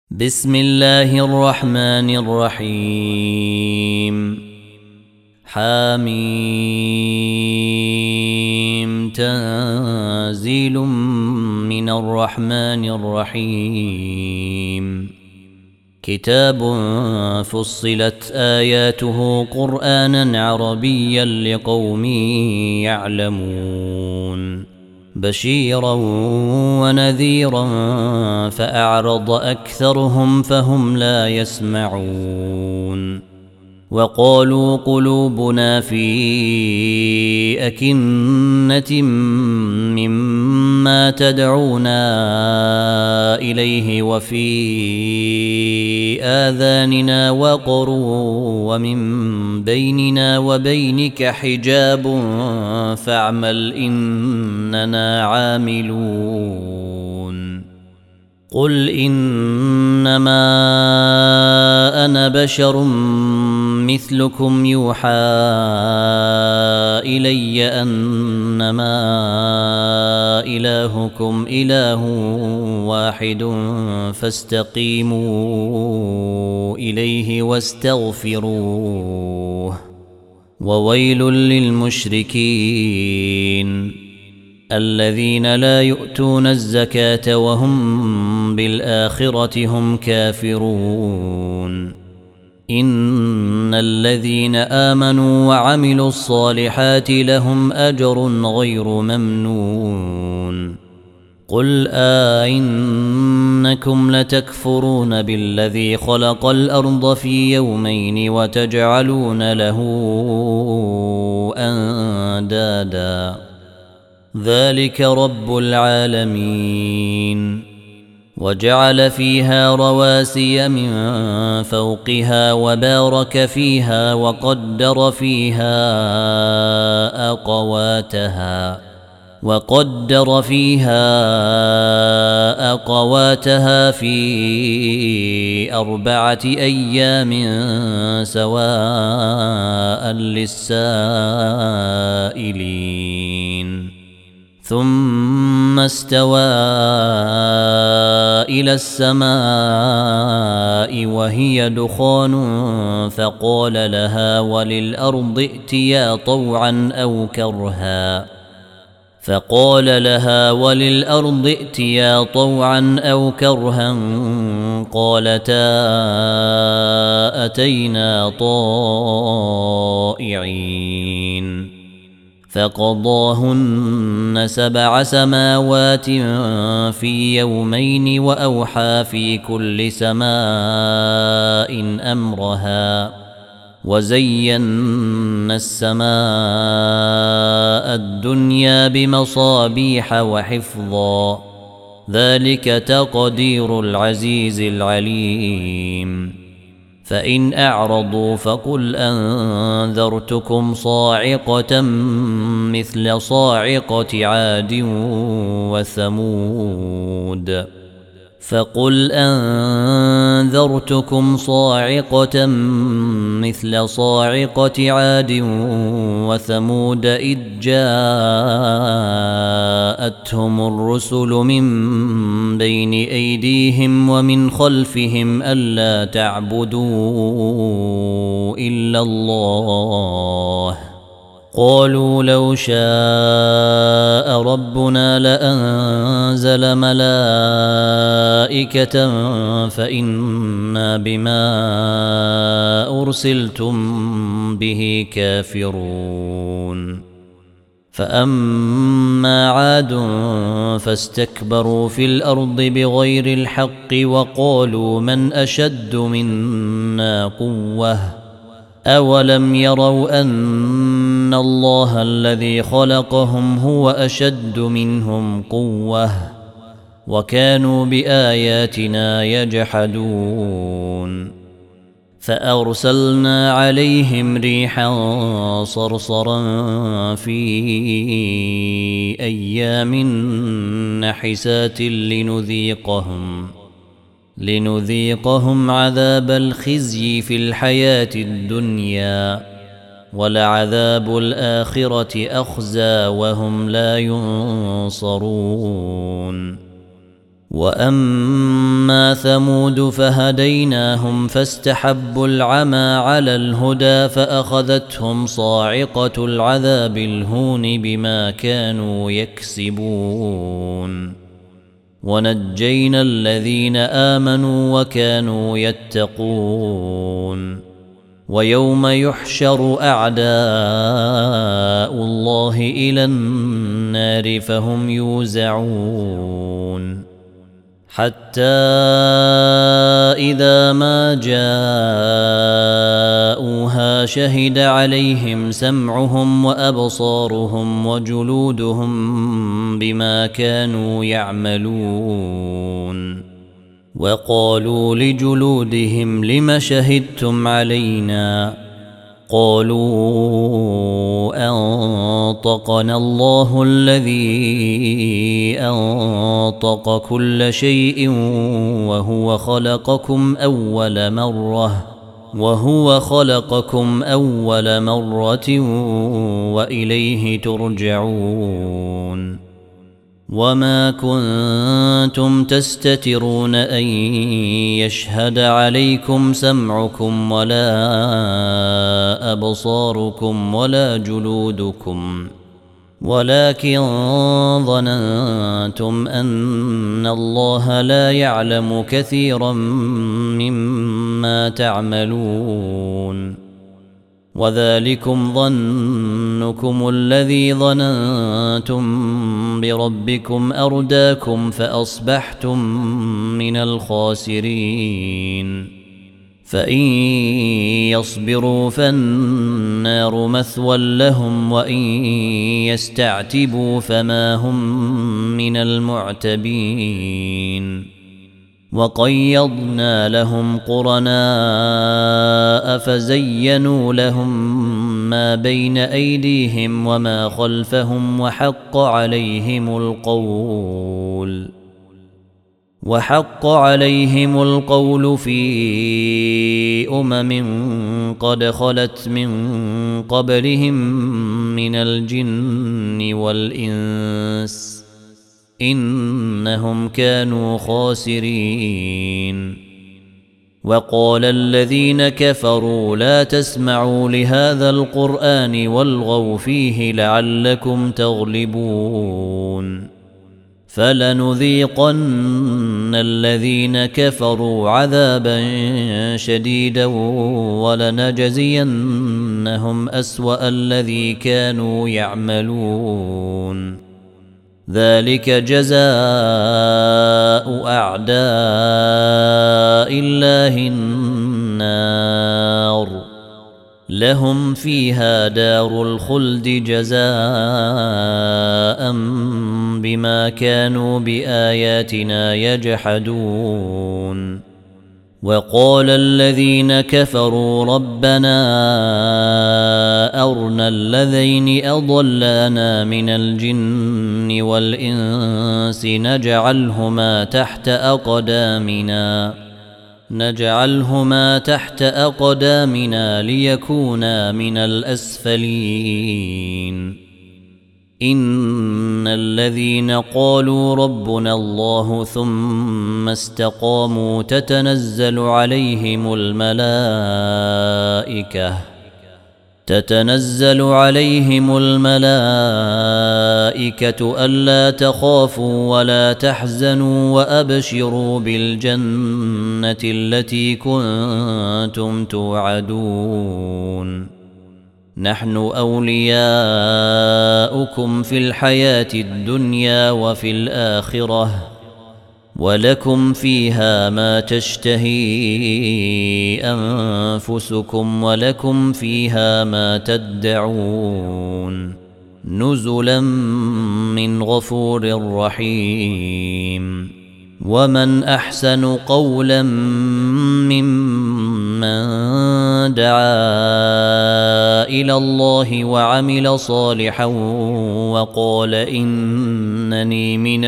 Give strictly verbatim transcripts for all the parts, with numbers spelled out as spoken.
بسم الله الرحمن الرحيم. حميم تنزيل من الرحمن الرحيم. كتاب فصلت آياته قرآنا عربيا لقوم يعلمون بشيرا ونذيرا فأعرض أكثرهم فهم لا يسمعون. وقالوا قلوبنا في أكنة مما تدعونا إليه وفي آذاننا وقر ومن بيننا وبينك حجاب فاعمل إننا عاملون. قل إنما أنا بشر مثلكم يوحى إلي أنما إلهكم إله واحد فاستقيموا إليه واستغفروه. وويل للمشركين الذين لا يؤتون الزكاة وهم بالآخرة هم كافرون. إن الذين آمنوا وعملوا الصالحات لهم أجر غير ممنون. قل أئنكم لتكفرون بالذي خلق الأرض في يومين وتجعلون له أندادا ذلك رب العالمين. وجعل فيها رواسي من فوقها وبارك فيها وقدر فيها أقواتها وقدر فيها أقواتها في أربعة أيام سواء للسائلين. ثم استوى إلى السماء وهي دخان فقال لها وللأرض ائتيا طوعا أو كرها فقال لها وللأرض ائتيا طوعا أو كرها قالتا أتينا طائعين. فقضاهن سبع سماوات في يومين وأوحى في كل سماء أمرها وزينا السماء الدنيا بمصابيح وحفظا ذلك تقدير العزيز العليم. فإن أعرضوا فقل أنذرتكم صاعقة مثل صاعقة عاد وثمود فقل أنذرتكم صاعقة مثل صاعقة عاد وثمود إذ جاءتهم الرسل من بين أيديهم ومن خلفهم ألا تعبدوا إلا الله قالوا لو شاء ربنا لأنزل ملائكة فإنا بما أرسلتم به كافرون. فأما عاد فاستكبروا في الأرض بغير الحق وقالوا من أشد منا قوة أولم يروا أن الله الذي خلقهم هو أشد منهم قوة وكانوا بآياتنا يجحدون. فأرسلنا عليهم ريحا صرصرا في أيام نحسات لنذيقهم لنذيقهم عذاب الخزي في الحياة الدنيا ولعذاب الآخرة أخزى وهم لا ينصرون. وأما ثمود فهديناهم فاستحبوا العمى على الهدى فأخذتهم صاعقة العذاب الهون بما كانوا يكسبون ونجينا الذين آمنوا وكانوا يتقون ويوم يحشر أعداء الله إلى النار فهم يوزعون حتى إذا ما جاءوها شهد عليهم سمعهم وأبصارهم وجلودهم بما كانوا يعملون وقالوا لجلودهم لم شهدتم علينا قالوا أنطقنا الله الذي أنطق كل شيء وهو خلقكم أول مرة وهو خلقكم أول مرة وإليه ترجعون وما كنتم تستترون أن يشهد عليكم سمعكم ولا أبصاركم ولا جلودكم ولكن ظننتم أن الله لا يعلم كثيرا مما تعملون وذلكم ظنكم الذي ظننتم بربكم أرداكم فأصبحتم من الخاسرين فإن يصبروا فالنار مثوى لهم وإن يستعتبوا فما هم من المعتبين وقيضنا لهم قرناء فزينوا لهم ما بين أيديهم وما خلفهم وحق عليهم القول وحق عليهم القول في أمم قد خلت من قبلهم من الجن والإنس إنهم كانوا خاسرين وقال الذين كفروا لا تسمعوا لهذا القرآن والغوا فيه لعلكم تغلبون فلنذيقن الذين كفروا عذابا شديدا ولنجزينهم أسوأ الذي كانوا يعملون ذلك جزاء أعداء الله النار لهم فيها دار الخلد جزاء بما كانوا بآياتنا يجحدون وقال الذين كفروا ربنا أرنا الذين أضلانا من الجن والإنس نجعلهما تحت أقدامنا نجعلهما تحت أقدامنا ليكونا من الأسفلين إن الذين قالوا ربنا الله ثم استقاموا تتنزل عليهم الملائكة تتنزل عليهم الملائكة ألا تخافوا ولا تحزنوا وأبشروا بالجنة التي كنتم توعدون نحن أولياؤكم في الحياة الدنيا وفي الآخرة ولكم فيها ما تشتهي أنفسكم ولكم فيها ما تدعون نزلا من غفور رحيم ومن أحسن قولا ممن دعا إلى الله وعمل صالحا وقال إنني من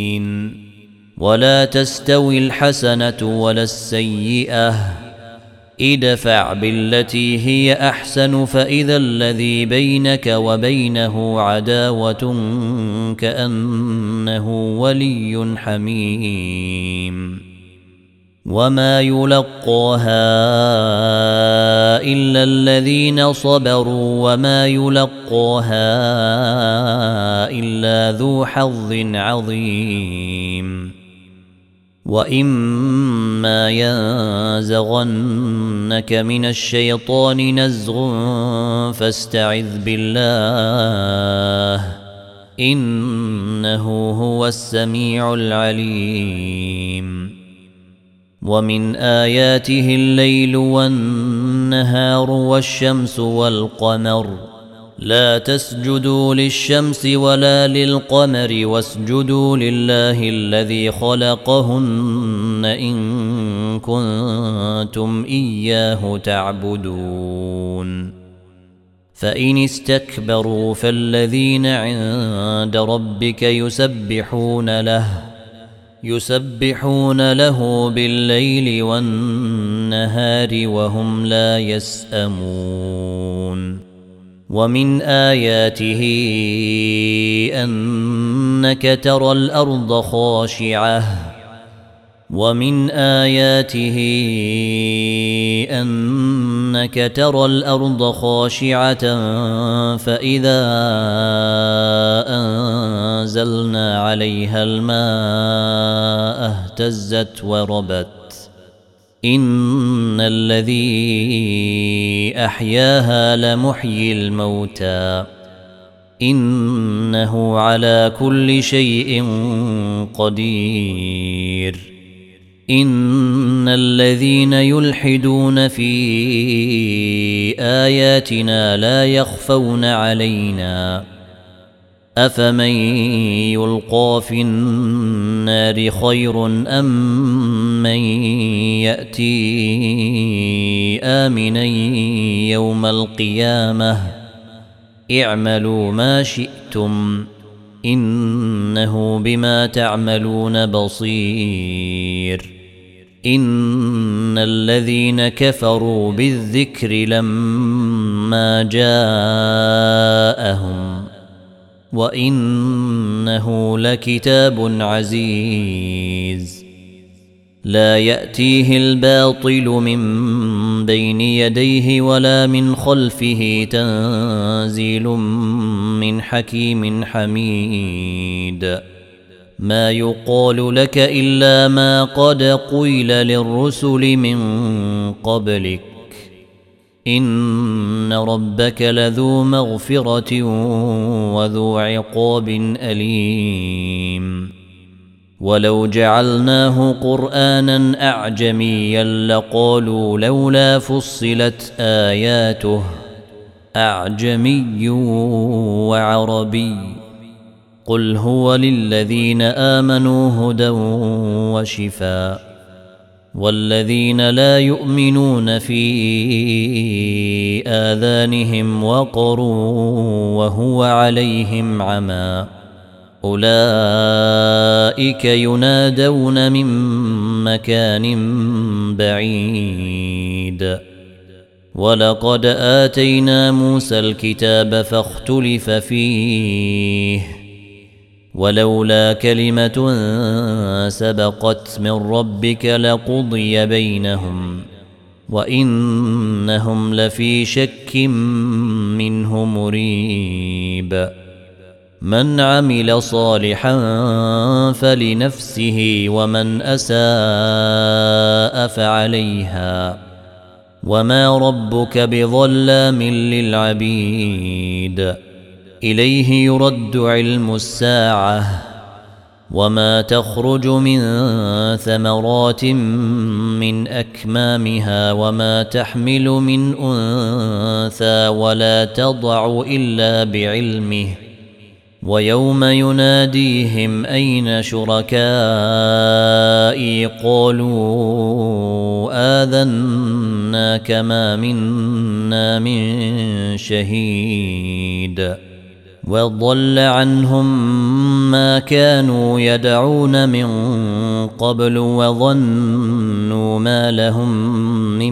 المسلمين ولا تستوي الحسنة ولا السيئة ادفع بالتي هي أحسن فإذا الذي بينك وبينه عداوة كأنه ولي حميم وما يلقاها إلا الذين صبروا وما يلقاها إلا ذو حظ عظيم وإما ينزغنك من الشيطان نزغ فاستعذ بالله إنه هو السميع العليم ومن آياته الليل والنهار والشمس والقمر لا تسجدوا للشمس ولا للقمر واسجدوا لله الذي خلقهن إن كنتم إياه تعبدون فإن استكبروا فالذين عند ربك يسبحون له يسبحون له بالليل والنهار وهم لا يسأمون ومن آياته أنك ترى الأرض خاشعة ومن آياته أنك ترى الأرض خاشعة فإذا أنزلنا عليها الماء اهتزت وربت إن الذي أحياها لمحيي الموتى إنه على كل شيء قدير إن الذين يلحدون في آياتنا لا يخفون علينا أفمن يلقى في النار خير أم من يأتي آمنا يوم القيامة اعملوا ما شئتم إنه بما تعملون بصير إن الذين كفروا بالذكر لما جاءهم وإنه لكتاب عزيز لا يأتيه الباطل من بين يديه ولا من خلفه تنزيل من حكيم حميد ما يقال لك إلا ما قد قيل للرسل من قبلك إن ربك لذو مغفرة وذو عقاب أليم ولو جعلناه قرآنا أعجميا لقالوا لولا فصلت آياته أعجمي وعربي قل هو للذين آمنوا هدى وشفاء والذين لا يؤمنون في آذانهم وقر وهو عليهم عمى أولئك ينادون من مكان بعيد ولقد آتينا موسى الكتاب فاختلف فيه ولولا كلمة سبقت من ربك لقضي بينهم وإنهم لفي شك منه مريب من عمل صالحا فلنفسه ومن أساء فعليها وما ربك بظلام للعبيد إليه يرد علم الساعة وما تخرج من ثمرات من أكمامها وما تحمل من أنثى ولا تضع إلا بعلمه ويوم يناديهم أين شركائي قالوا آذناك ما منا من شهيد وضل عنهم ما كانوا يدعون من قبل وظنوا ما لهم من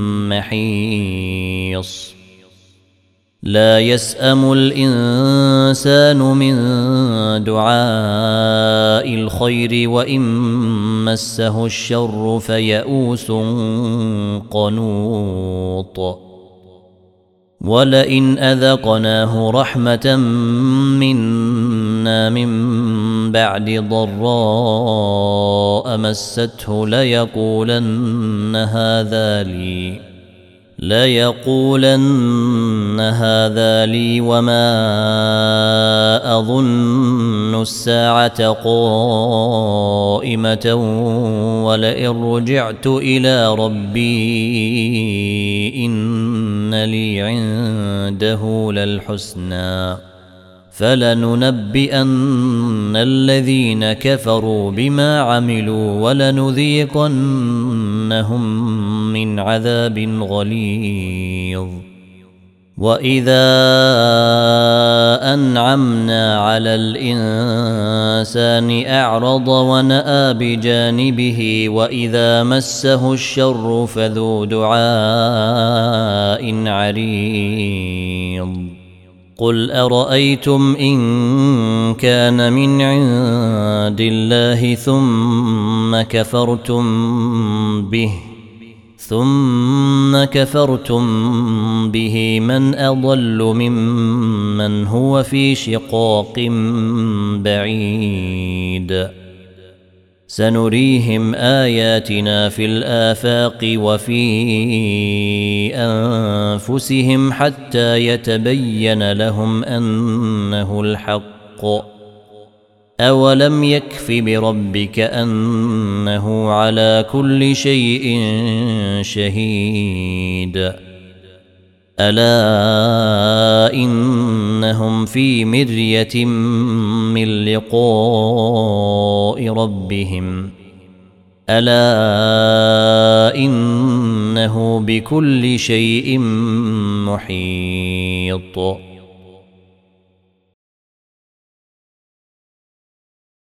محيص لا يسأم الإنسان من دعاء الخير وإن مسه الشر فيئوس قنوط ولئن أذقناه رحمة منا من بعد ضراء مسته ليقولن هذا لي ليقولن هذا لي وما أظن الساعة قائمة ولئن رجعت إلى ربي إن لي عنده للحسنى فلننبئن الذين كفروا بما عملوا ولنذيقنهم من عذاب غليظ وإذا أنعمنا على الإنسان أعرض ونأى بجانبه وإذا مسه الشر فذو دعاء عريض قل أرأيتم إن كان من عند الله ثم كفرتم به ثم كفرتم به من أضل ممن هو في شقاق بعيد سنريهم آياتنا في الآفاق وفي أنفسهم حتى يتبين لهم أنه الحق أولم يكف بربك أنه على كل شيء شهيد ألا إنهم في مرية من لقاء ربهم ألا إنه بكل شيء محيط